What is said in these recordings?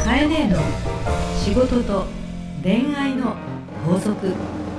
かえねえの仕事と恋愛の法則。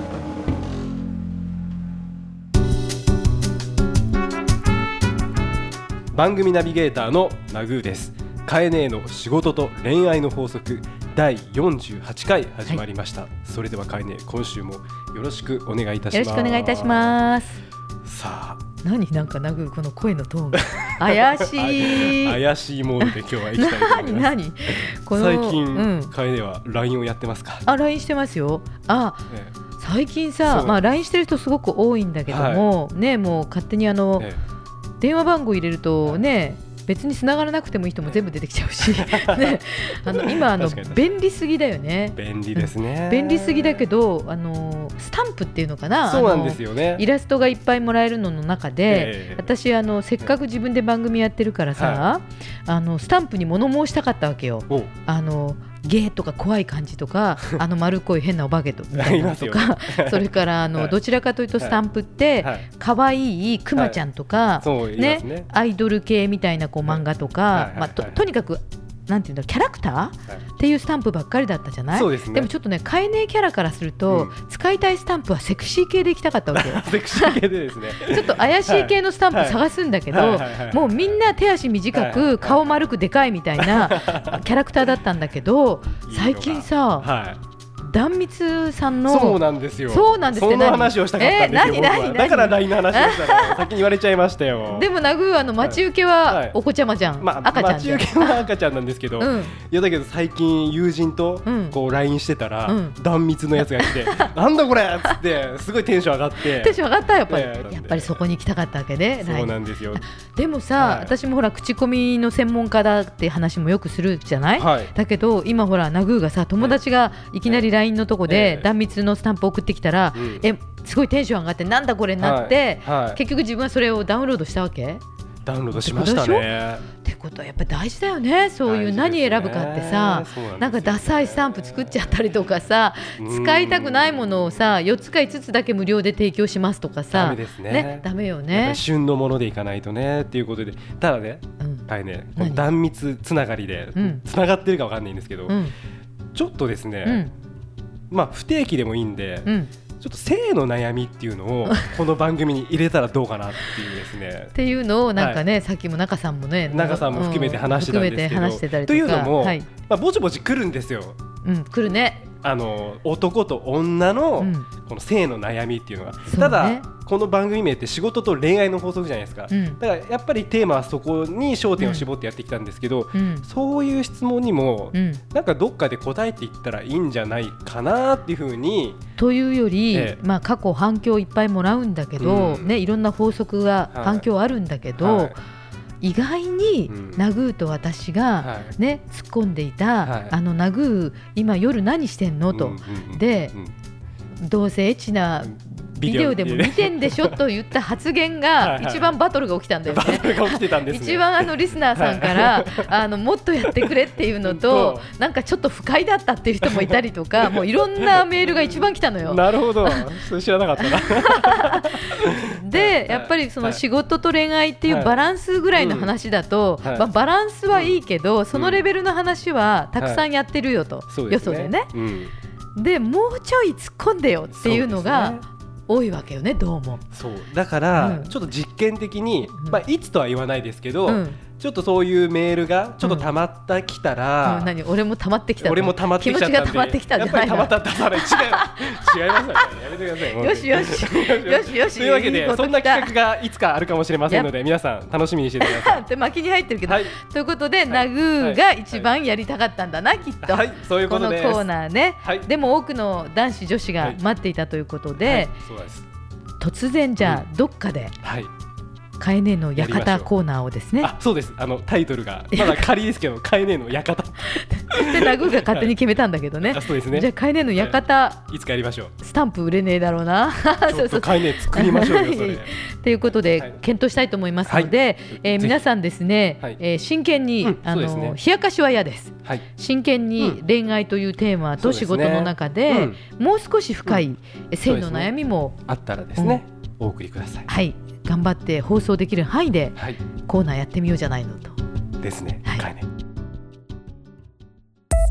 番組ナビゲーターのナグーです。かえねえの仕事と恋愛の法則第48回始まりました、それではかえねえ、今週もよろしくお願いいたします。 よろしくお願いいたします。 さあ、 なんかナグーこの声のトーンが怪しい怪しいモードで今日は行きたいと思います何この最近、かえねえは LINE をやってますか？ LINE してますよ。最近さ、LINE してる人すごく多いんだけども、ね、もう勝手に電話番号入れるとね、別に繋がらなくてもいい人も全部出てきちゃうし、ね、今便利すぎだよね。 便利ですね。 便利すぎだけどスタンプっていうのかな、 そうなんですよね。 イラストがいっぱいもらえるのの中で、私せっかく自分で番組やってるからさ、スタンプに物申したかったわけよ。ゲーとか怖い感じとか丸っこい変なお化けとみたいなとかそれからどちらかというとスタンプって可愛いクマちゃんとか、ね、アイドル系みたいな漫画とか、とにかくなんていうんだろう、キャラクター、っていうスタンプばっかりだったじゃない。そうですね。でもちょっとね、かえねえキャラからすると、使いたいスタンプはセクシー系でいきたかったわけよ。セクシー系でですねちょっと怪しい系のスタンプ探すんだけど、もうみんな手足短く、顔丸くでかいみたいなキャラクターだったんだけど、最近さ、壇蜜さんのそうなんですよ。 そうなんですって。 その話をしたかったんですよ。僕はだから LINE の話をしたの先に言われちゃいましたよ。でもナグー待ち受けはお子ちゃまじゃん、赤ちゃんじゃん。 待ち受けは赤ちゃんなんですけど、いやだけど最近友人とこう LINE してたら、壇蜜のやつが来てなんだこれっつってすごいテンション上がって、 テンション上がった。やっぱりそこに行きたかったわけで。 そうなんですよ。 でもさ、私もほら口コミの専門家だって話もよくするじゃない。だけど今ほらナグーがさ、友達がいきなり LINE のとこで壇蜜のスタンプ送ってきたら、すごいテンション上がって、なんだこれになって、結局自分はそれをダウンロードしたわけ。 ダウンロードしましたね。 ってことはやっぱり大事だよね。そういう何選ぶかってさ、なんかダサいスタンプ作っちゃったりとかさ、使いたくないものをさ4つか5つだけ無料で提供しますとかさ、ダメですね。ダメよね。 旬のものでいかないとねっていうことで。ただね、この壇蜜つながりでつながってるかわかんないんですけど、ちょっとですね、不定期でもいいんで、ちょっと性の悩みっていうのをこの番組に入れたらどうかなっていうですねっていうのをなんかね、さっきも中さんもね、 中さんも含めて話してたんですけど、というのもぼちぼち来るんですよ。来るね。男と女のこの性の悩みっていうのが、ただこの番組名って仕事と恋愛の法則じゃないですか。だからやっぱりテーマはそこに焦点を絞ってやってきたんですけど、そういう質問にもなんかどっかで答えていったらいいんじゃないかなっていうふうに。というより、過去反響いっぱいもらうんだけど、いろんな法則が反響あるんだけど、意外にナグーと私がね、突っ込んでいたナグー今夜何してんのと、でどうせエッチなビデオでも見てんでしょと言った発言が一番バトルが起きたんだよね。一番リスナーさんからもっとやってくれっていうのと、なんかちょっと不快だったっていう人もいたりとか、もういろんなメールが一番来たのよ。なるほど、それ知らなかったな。でやっぱりその仕事と恋愛っていうバランスぐらいの話だと、バランスはいいけど、そのレベルの話はたくさんやってるよと、よそでね。でもうちょい突っ込んでよっていうのが多いわけよね。どうもそうだから、ちょっと実験的に、いつとは言わないですけど、ちょっとそういうメールがちょっと溜まってきたら、俺も溜まってきた。俺も溜まってきちゃったんで、気持ちが溜まってきたんじゃないの。やっぱり溜まった違いますよね。やめてください。よしよしよしよし。というわけで、そんな企画がいつかあるかもしれませんので、皆さん楽しみにしてください。で巻きに入ってるけど、ということでナグーが一番やりたかったんだな、きっと。そういうことです。このコーナーね。でも多くの男子女子が待っていたということで、突然じゃあどっかでかえねえの館コーナーをですね。そうです。タイトルがまだ仮ですけど、かえねえの館でナグーが勝手に決めたんだけどね。そうですね。じゃあかえねえの館、いつかやりましょう。スタンプ売れねえだろうな。ちょっとかえねえ作りましょうよそれ。ということで検討したいと思いますので、皆さんですね、真剣に冷やかしは嫌です。真剣に恋愛というテーマと仕事の中でもう少し深い性の悩みもあったらですね、お送りください。はい。頑張って放送できる範囲でコーナーやってみようじゃないのとですね。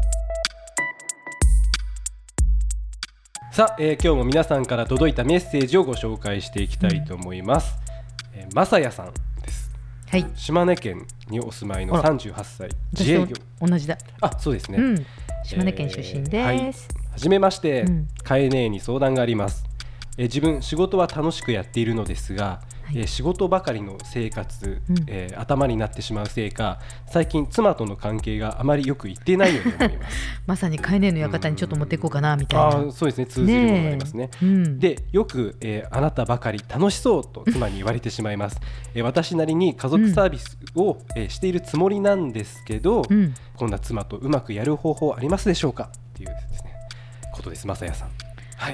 さあ、今日も皆さんから届いたメッセージをご紹介していきたいと思います。まさやさんです。はい、島根県にお住まいの38歳自営業。 同じだ。 そうですね、 島根県出身です。 はい、はじめまして、かえねえに相談があります。自分仕事は楽しくやっているのですが、仕事ばかりの生活、頭になってしまうせいか、最近妻との関係があまりよくいっていないように思いますまさにカエネの館にちょっと持っていこうかなみたいな。 そうですね、通じるものがありますね。でよく、あなたばかり楽しそうと妻に言われてしまいます。私なりに家族サービスを、しているつもりなんですけど、こんな妻とうまくやる方法ありますでしょうかっていうですね、ことです。まさやさん、はい、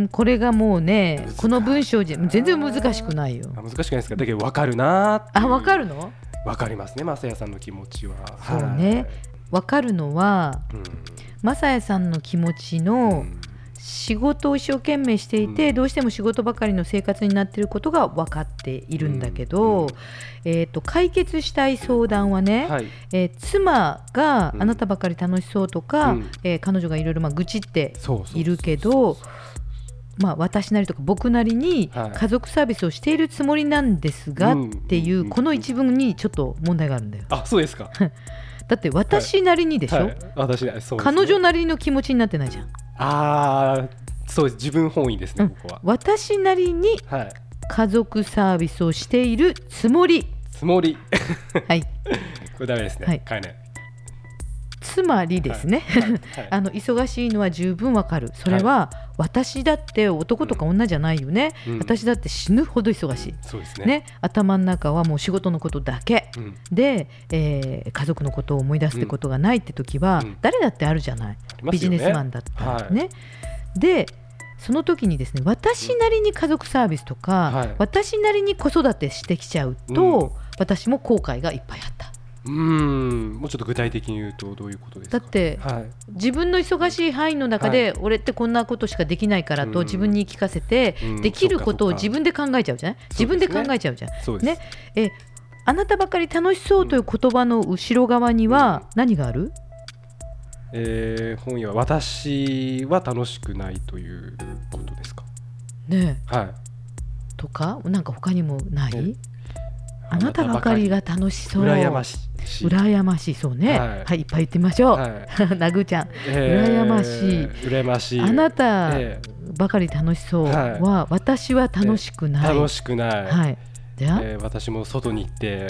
これがもうね、この文章全然難しくないよ。 難しくないですか。だけど分かるなっていう。 分かるの？ 分かりますね、まさやさんの気持ちは。 そうね、分かるのは、まさやさんの気持ちの、仕事を一生懸命していて、どうしても仕事ばかりの生活になっていることが分かっているんだけど、解決したい相談はね、妻があなたばかり楽しそうとか、彼女がいろいろ愚痴っているけど、私なりとか僕なりに家族サービスをしているつもりなんですがっていう、この一文にちょっと問題があるんだよ。 そうですかだって私なりにでしょ、彼女なりの気持ちになってないじゃん。 そうです、自分本位ですね、ここは。 私なりに家族サービスをしているつもりはいこれダメですね、変えない。 つまりですね、忙しいのは十分わかる。それは私だって男とか女じゃないよね、私だって死ぬほど忙しい。 そうですね。 頭の中はもう仕事のことだけ、で、家族のことを思い出すってことがないって時は、誰だってあるじゃない、ビジネスマンだったらね。でその時にですね、私なりに家族サービスとか、私なりに子育てしてきちゃうと、私も後悔がいっぱいあった。 もうちょっと具体的に言うとどういうことですか？ だって、自分の忙しい範囲の中で、俺ってこんなことしかできないからと自分に言い聞かせて、できることを自分で考えちゃうじゃない。自分で考えちゃうじゃんね。あなたばかり楽しそうという言葉の後ろ側には何がある？ 本意は私は楽しくないということですかね。とかなんか他にもない？あなたばかりが楽しそう、 羨ましい、 そうね、いっぱい言ってみましょう。なぐちゃん、羨ましい、あなたばかり楽しそうは、私は楽しくない、 じゃあ、私も外に行って、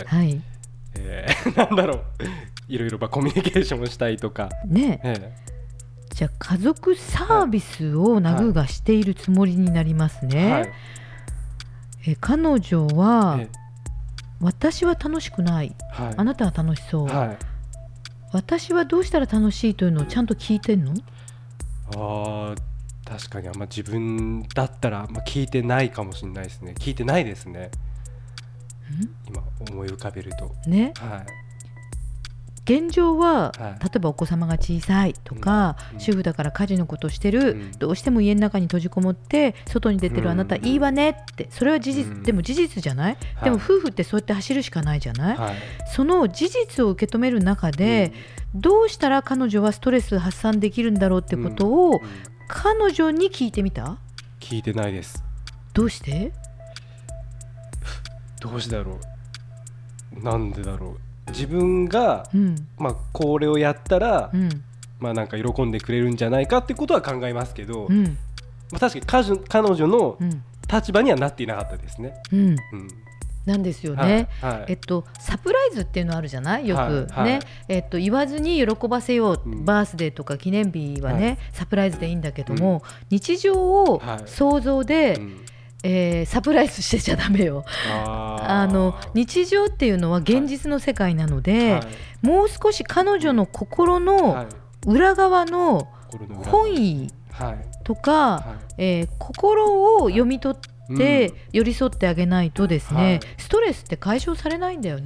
なんだろう、いろいろコミュニケーションをしたいとかね。 じゃあ家族サービスをナグがしているつもりになりますね。彼女は、私は楽しくない、あなたは楽しそう、私はどうしたら楽しいというのをちゃんと聞いてんの？ 確かに自分だったら聞いてないかもしれないですね。聞いてないですね、今思い浮かべるとね。 現状は、例えばお子様が小さいとか、主婦だから家事のことをしてる、どうしても家の中に閉じこもって外に出てるあなたいいわねって、それは事実、でも事実じゃない、でも夫婦ってそうやって走るしかないじゃない、その事実を受け止める中で、どうしたら彼女はストレス発散できるんだろうってことを、彼女に聞いてみた？ 聞いてないです。 どうして？ どうしてだろう、なんでだろう。自分が、これをやったら、なんか喜んでくれるんじゃないかってことは考えますけど、確かに彼女の立場にはなっていなかったですね。 なんですよね。サプライズっていうのあるじゃない、よくね。言わずに喜ばせよう、バースデーとか記念日はね、サプライズでいいんだけども、日常を想像でサプライズしてちゃダメよ。日常っていうのは現実の世界なので、もう少し彼女の心の裏側の本意とか、心を読み取って寄り添ってあげないとですね、ストレスって解消されないんだよね。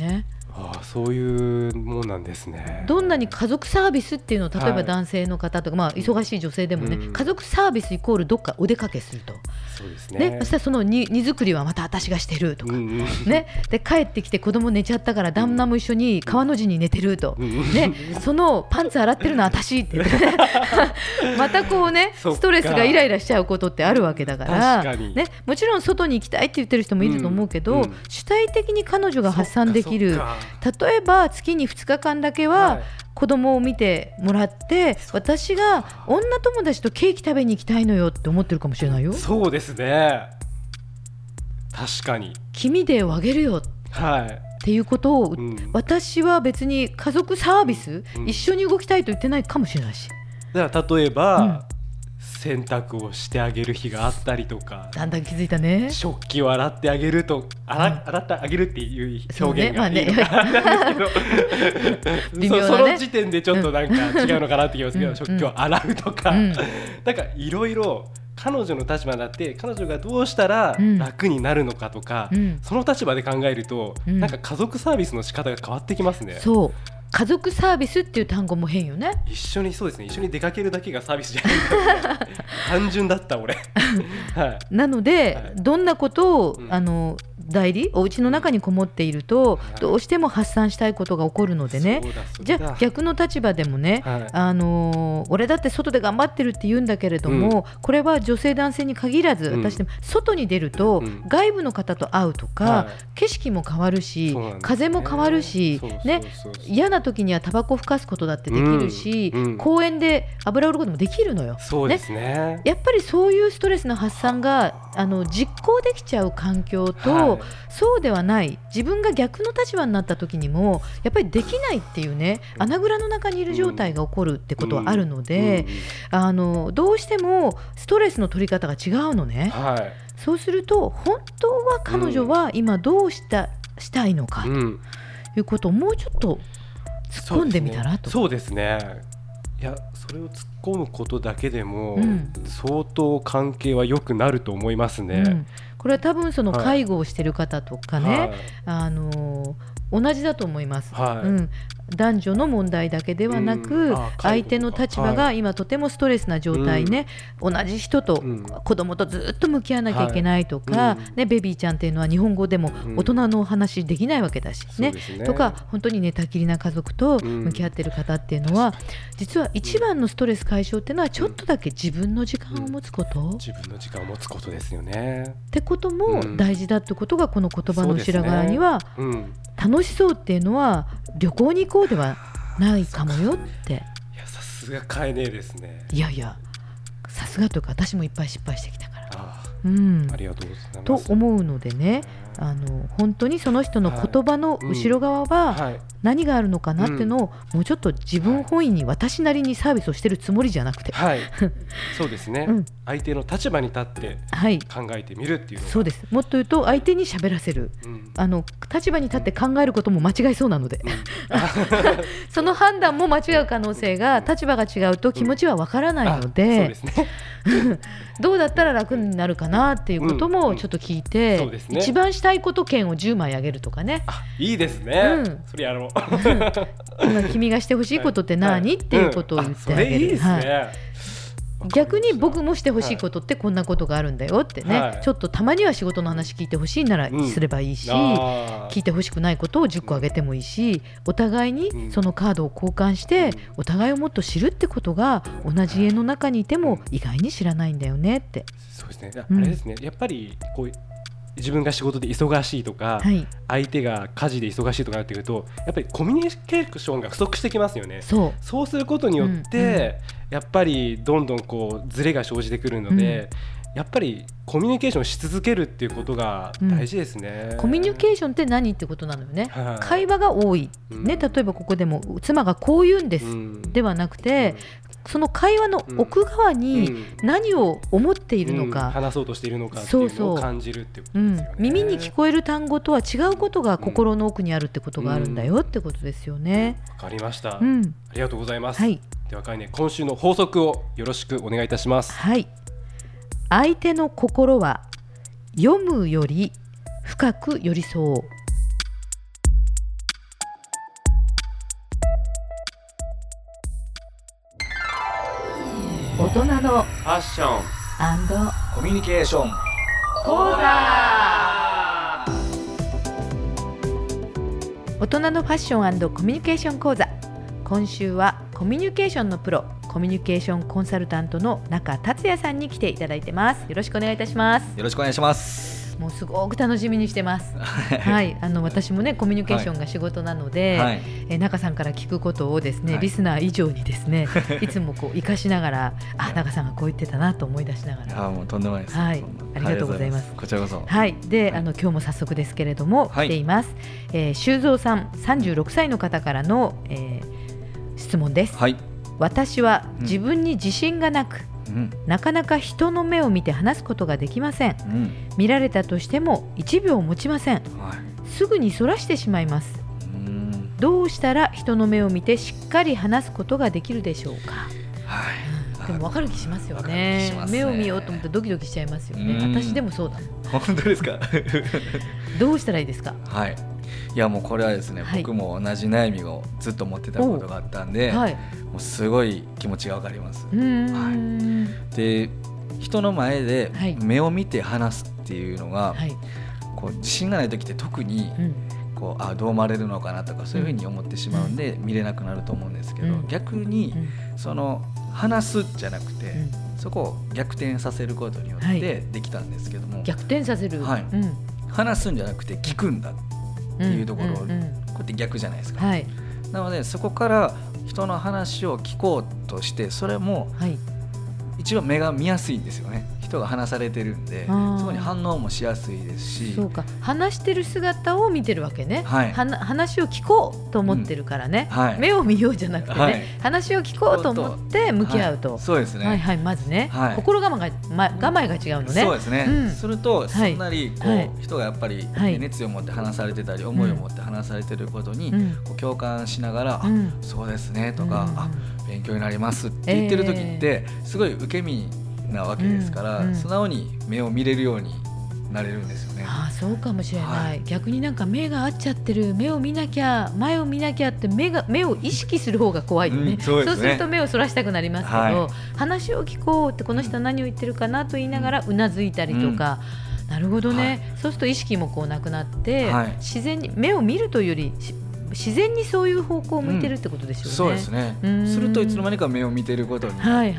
そういうもんなんですね。 どんなに家族サービスっていうのを例えば男性の方とか、忙しい女性でもね、家族サービスイコールどっかお出かけすると、 そうですね。 そしたらその荷造りはまた私がしてるとか、ね、で帰ってきて子供寝ちゃったから旦那も一緒に川の字に寝てると、ね、そのパンツ洗ってるのは私って言ってまたこうねストレスがイライラしちゃうことってあるわけだから、ね、もちろん外に行きたいって言ってる人もいると思うけど、主体的に彼女が発散できる。例えば月に2日間だけは子供を見てもらって、私が女友達とケーキ食べに行きたいのよって思ってるかもしれないよ。 そうですね、確かに君デーをあげるよっていうことを、私は別に家族サービス、一緒に動きたいと言ってないかもしれないし、 だから例えば、洗濯をしてあげる日があったりとか、 だんだん気づいたね。 食器を洗ってあげると、洗ってあげるっていう表現がいいのかなんですけど、その時点でちょっとなんか違うのかなって気がするけど、食器を洗うとか、なんかいろいろ彼女の立場になって彼女がどうしたら楽になるのかとか、その立場で考えると、なんか家族サービスの仕方が変わってきますね。 そう、家族サービスっていう単語も変よね。 そうですね、一緒に出かけるだけがサービスじゃないんだ単純だった俺なので、どんなことをお家の中にこもっていると、どうしても発散したいことが起こるのでね。じゃあ逆の立場でもね、俺だって外で頑張ってるって言うんだけれども、これは女性男性に限らず、私でも外に出ると、外部の方と会うとか、景色も変わるし、風も変わるしね、嫌な時にはタバコ吹かすことだってできるし、公園で油売ることもできるのよ。 そうですね。 やっぱりそういうストレスの発散が実行できちゃう環境と、そうではない自分が逆の立場になった時にもやっぱりできないっていうね、穴蔵の中にいる状態が起こるってことはあるので、どうしてもストレスの取り方が違うのね。そうすると本当は彼女は今どうしたいのかということをもうちょっと突っ込んでみたらと。 そうですね。いや、それを突っ込むことだけでも、相当関係は良くなると思いますね。 これは多分その介護をしている方とかね、同じだと思います。男女の問題だけではなく、相手の立場が今とてもストレスな状態ね、同じ人と子供とずっと向き合わなきゃいけないとか、ベビーちゃんっていうのは日本語でも大人のお話できないわけだしね、とか本当に寝たきりな家族と向き合っている方っていうのは、実は一番のストレス解消っていうのはちょっとだけ自分の時間を持つこと、 自分の時間を持つことですよねってことも大事だってことがこの言葉の後ろ側には、楽しそうっていうのは旅行に行こうではないかもよって。 いや、さすが買えねえですね。 いやいや、さすがというか私もいっぱい失敗してきたから、 ありがとうございますと思うのでね、本当にその人の言葉の後ろ側は何があるのかなっていうのを、もうちょっと自分本位に私なりにサービスをしてるつもりじゃなくて、 そうですね、相手の立場に立って考えてみるっていうのが、 そうです。もっと言うと相手に喋らせる、立場に立って考えることも間違いそうなので、その判断も間違う可能性が、立場が違うと気持ちはわからないので、どうだったら楽になるかなっていうこともちょっと聞いて、一番したいこと券を10枚あげるとかね。 いいですね、それやろう今君がしてほしいことって何、っていうことを言ってあげる。 それいいですね。 逆に僕もしてほしいことってこんなことがあるんだよってね、ちょっとたまには仕事の話聞いてほしいならすればいいし、聞いてほしくないことを10個あげてもいいし、お互いにそのカードを交換してお互いをもっと知るってことが、同じ家の中にいても意外に知らないんだよねって。 そうですね、あれですね、やっぱりこう自分が仕事で忙しいとか、相手が家事で忙しいとかなってくると、やっぱりコミュニケーションが不足してきますよね。そうすることによって、やっぱりどんどんこうズレが生じてくるので、やっぱりコミュニケーションし続けるっていうことが大事ですね。 コミュニケーションって何ってことなのよね。会話が多い、ね、例えばここでも妻がこう言うんです、ではなくて、その会話の奥側に何を思っているのか、 話そうとしているのかっていうのを感じるってことですよね。 耳に聞こえる単語とは違うことが心の奥にあるってことがあるんだよってことですよね。 わかりました、ありがとうございます。では今週の法則をよろしくお願いいたします。 相手の心は読むより深く寄り添おう。 大人のファッション &コミュニケーション講座。大人のファッション&コミュニケーション講座。今週はコミュニケーションのプロ、コミュニケーションコンサルタントの中達也さんに来ていただいてます。よろしくお願いいたします。 よろしくお願いします。 もうすごく楽しみにしてます。はい、私もねコミュニケーションが仕事なので、はい、中さんから聞くことをですね、はい、リスナー以上にですねいつもこう活かしながら中さんがこう言ってたなと思い出しながら、 もうとんでもないです。 はい、ありがとうございます。 こちらこそ。 はい、で、今日も早速ですけれども、来ています。修造さん36歳の方からの、質問です。 はい、 私は自分に自信がなく、なかなか人の目を見て話すことができません。見られたとしても1秒持ちません。すぐにそらしてしまいます。どうしたら人の目を見てしっかり話すことができるでしょうか。でも分かる気しますよね。目を見ようと思ってドキドキしちゃいますよね。私でもそうだ。 本当ですか。 どうしたらいいですか。 はい、いやもうこれはですね、僕も同じ悩みをずっと持ってたことがあったんで、もうすごい気持ちが分かります。で、人の前で目を見て話すっていうのが、こう自信がない時って特にこうどう思われるのかなとかそういうふうに思ってしまうんで見れなくなると思うんですけど、逆にその話すじゃなくて、そこを逆転させることによってできたんですけども、 逆転させる、 話すんじゃなくて聞くんだっていうところ、こうやって逆じゃないですか。なのでそこから人の話を聞こうとして、それも一番目が見やすいんですよね。人が話されてるんで、そこに反応もしやすいですし。 そうか、話してる姿を見てるわけね。話を聞こうと思ってるからね、目を見ようじゃなくてね、話を聞こうと思って向き合うと。 そうですね。 まずね、心構えが違うのね。 そうですね。するとすんなりこう人がやっぱり熱を持って話されてたり、思いを持って話されてることに共感しながら、そうですねとか、勉強になりますって言ってる時ってすごい受け身なわけですから、素直に目を見れるようになれるんですよね。 そうかもしれない。逆になんか目が合っちゃってる、目を見なきゃ、前を見なきゃって目を意識する方が怖いよね。そうすると目をそらしたくなりますけど、話を聞こうってこの人は何を言ってるかなと言いながらうなずいたりとか、なるほどね、そうすると意識もこうなくなって、自然に目を見るというより自然にそういう方向を向いてるってことですよね。 そうですね。するといつの間にか目を見てることになって、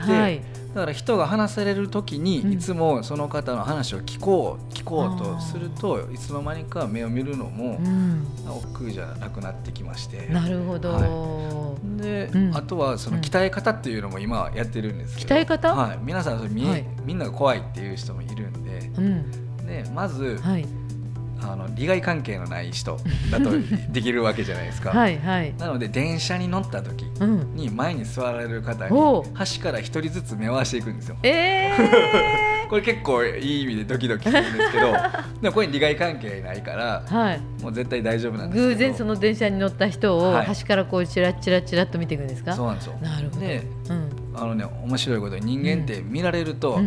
だから人が話される時にいつもその方の話を聞こうとすると、いつの間にか目を見るのも億劫じゃなくなってきまして。 なるほど。 で、あとはその鍛え方っていうのも今やってるんですけど、 鍛え方、 皆さんみんなが怖いっていう人もいるんで、でまず利害関係のない人だとできるわけじゃないですか。なので電車に乗った時に前に座られる方に端から一人ずつ目を合わせていくんですよ。これ結構いい意味でドキドキするんですけどでもこれ利害関係ないから、もう絶対大丈夫なんですけど、 偶然その電車に乗った人を端からこうチラッチラッチラッと見ていくんですか。 そうなんですよ。 なるほど。 で、面白いことに人間って見られると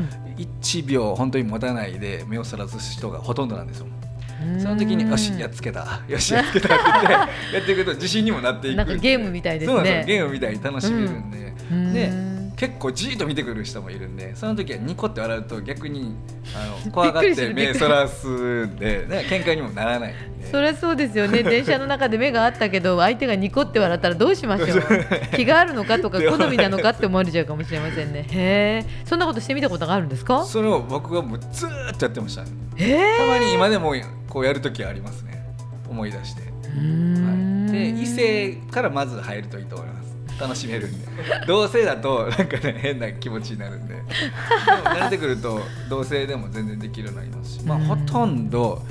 1秒本当に持たないで目をそらす人がほとんどなんですよ。その時によしやっつけたって言ってやっていくと自信にもなっていく。 なんかゲームみたいですね。 そうなんですよ。ゲームみたいに楽しめるんで、で結構じーっと見てくる人もいるんで、その時はニコって笑うと逆に怖がって目そらすんで、喧嘩にもならないんで。 そりゃそうですよね。電車の中で目があったけど相手がニコって笑ったらどうしましょう。気があるのかとか好みなのかって思われちゃうかもしれませんね。へー、そんなことしてみたことがあるんですか。 それを僕はもうずーっとやってましたね。たまに今でもこうやるときありますね。思い出して。で異性からまず入るといいと思います。楽しめるんで。同性だとなんかね変な気持ちになるんで。でも慣れてくると同性でも全然できるようになりますし、ほとんど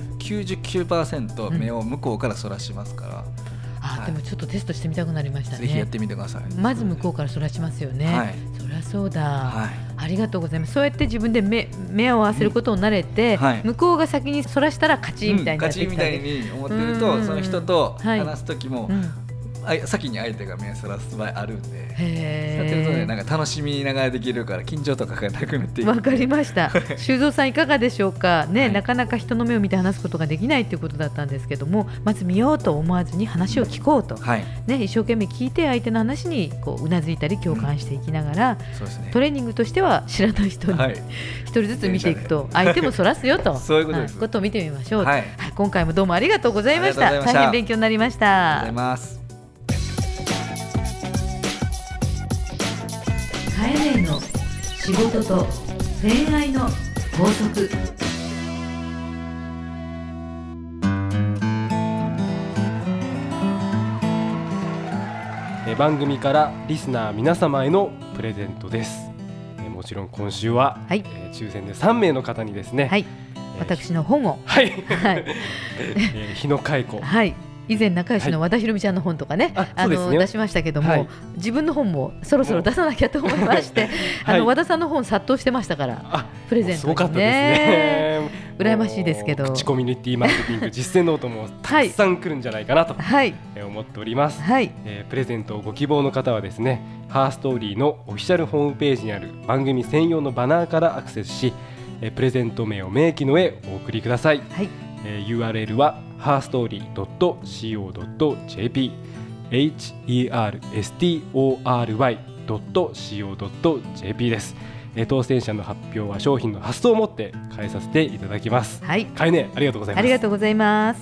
99% 目を向こうからそらしますから。 でもちょっとテストしてみたくなりましたね。 ぜひやってみてください。 まず向こうからそらしますよね。そりゃそうだ。ありがとうございます。そうやって自分で目を合わせることを慣れて、向こうが先にそらしたら勝ちみたいになってきた。 勝ちみたいに思ってると、その人と話す時も先に相手が目をそらす場合あるんで、やってるとねなんか楽しみながらできるから緊張とかがなくなっていく。 わかりました。修造さんいかがでしょうかね、なかなか人の目を見て話すことができないということだったんですけども、まず見ようと思わずに話を聞こうと、ね、一生懸命聞いて相手の話にこううなずいたり共感していきながら、そうですね、トレーニングとしては知らない人に一人ずつ見ていくと相手もそらすよとそういうことです、 ことを見てみましょう。今回もどうもありがとうございました。大変勉強になりました。 ありがとうございます。 カエネの仕事と恋愛の法則。 番組からリスナー皆様へのプレゼントです。もちろん今週は、抽選で3名の方にですね、 私の本を、 日野佳子、 以前仲良しの和田ひろみちゃんの本とかね、出しましたけども、自分の本もそろそろ出さなきゃと思いまして和田さんの本殺到してましたから、プレゼントにね、すごかったですね。羨ましいですけど、 口コミュニティマーケティング実践ノートもたくさん来るんじゃないかなと思っております。プレゼントをご希望の方はですね、ハーストーリーのオフィシャルホームページにある番組専用のバナーからアクセスし、プレゼント名を明記の上お送りください。URL はherstory.co.jp herstory.co.jp です。当選者の発表は商品の発送をもって返させていただきます。かえね、ありがとうございます。 ありがとうございます。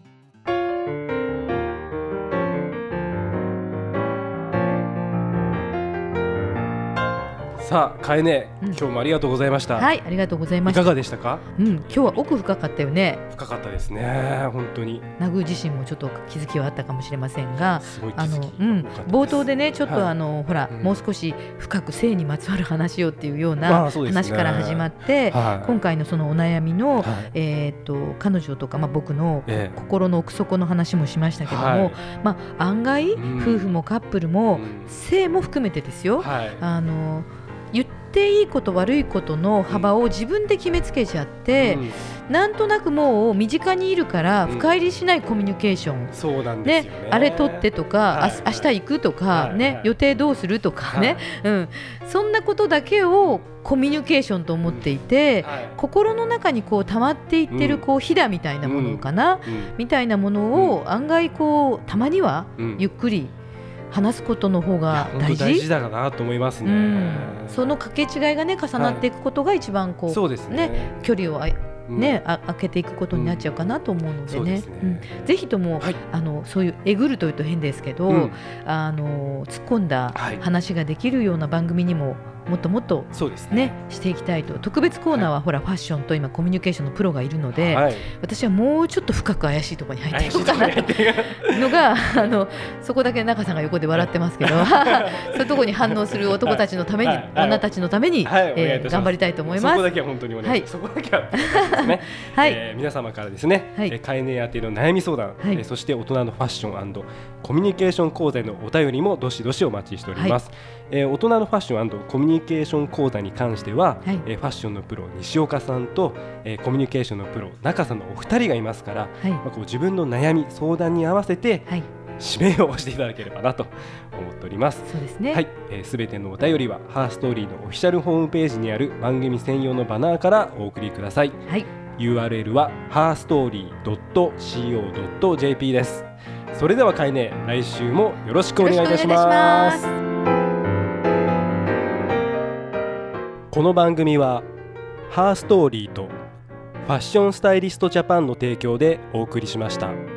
さあ、かえね、今日もありがとうございました。 ありがとうございました。 いかがでしたか？ 今日は奥深かったよね。 深かったですね、本当に。 ナグ自身もちょっと気づきはあったかもしれませんが、冒頭でね、ちょっとほら、もう少し深く性にまつわる話をっていうような話から始まって、今回のそのお悩みの彼女とか僕の心の奥底の話もしましたけども、案外夫婦もカップルも性も含めてですよ、言っていいこと悪いことの幅を自分で決めつけちゃって、なんとなくもう身近にいるから深入りしないコミュニケーション、 そうなんですよね。 あれ取ってとか、明日行くとか、予定どうするとかね、そんなことだけをコミュニケーションと思っていて、心の中にこう溜まっていってるこうひだみたいなものかな、みたいなものを案外こうたまにはゆっくり話すことの方が大事だなと思いますね。 その掛け違いがね重なっていくことが一番こう、そうですね、距離を開けていくことになっちゃうかなと思うのでね、ぜひとも、そういうえぐるというと変ですけど、突っ込んだ話ができるような番組にももっともっと、していきたいと。特別コーナーはほらファッションと今コミュニケーションのプロがいるので、私はもうちょっと深く怪しいところに入っていこうかなというのがそこだけ中さんが横で笑ってますけどそういうところに反応する男たちのために、女たちのために、頑張りたいと思います。 そこだけは本当にお願いします。そこだけはですね、皆様からですね、かえね宛ての悩み相談、そして大人のファッション&コミュニケーション講座のお便りもどしどしお待ちしております。大人のファッション&コミュニケーション講座に関しては、ファッションのプロ西岡さんと、コミュニケーションのプロ中さんのお二人がいますから、こう自分の悩み相談に合わせて、指名をしていただければなと思っております。 そうですね。 すべてのお便りはハーストーリーのオフィシャルホームページにある番組専用のバナーからお送りください。URL は herstory.co.jp です。それではかえね、来週もよろしくお願いいたします。この番組はハーストーリーとファッションスタイリストジャパンの提供でお送りしました。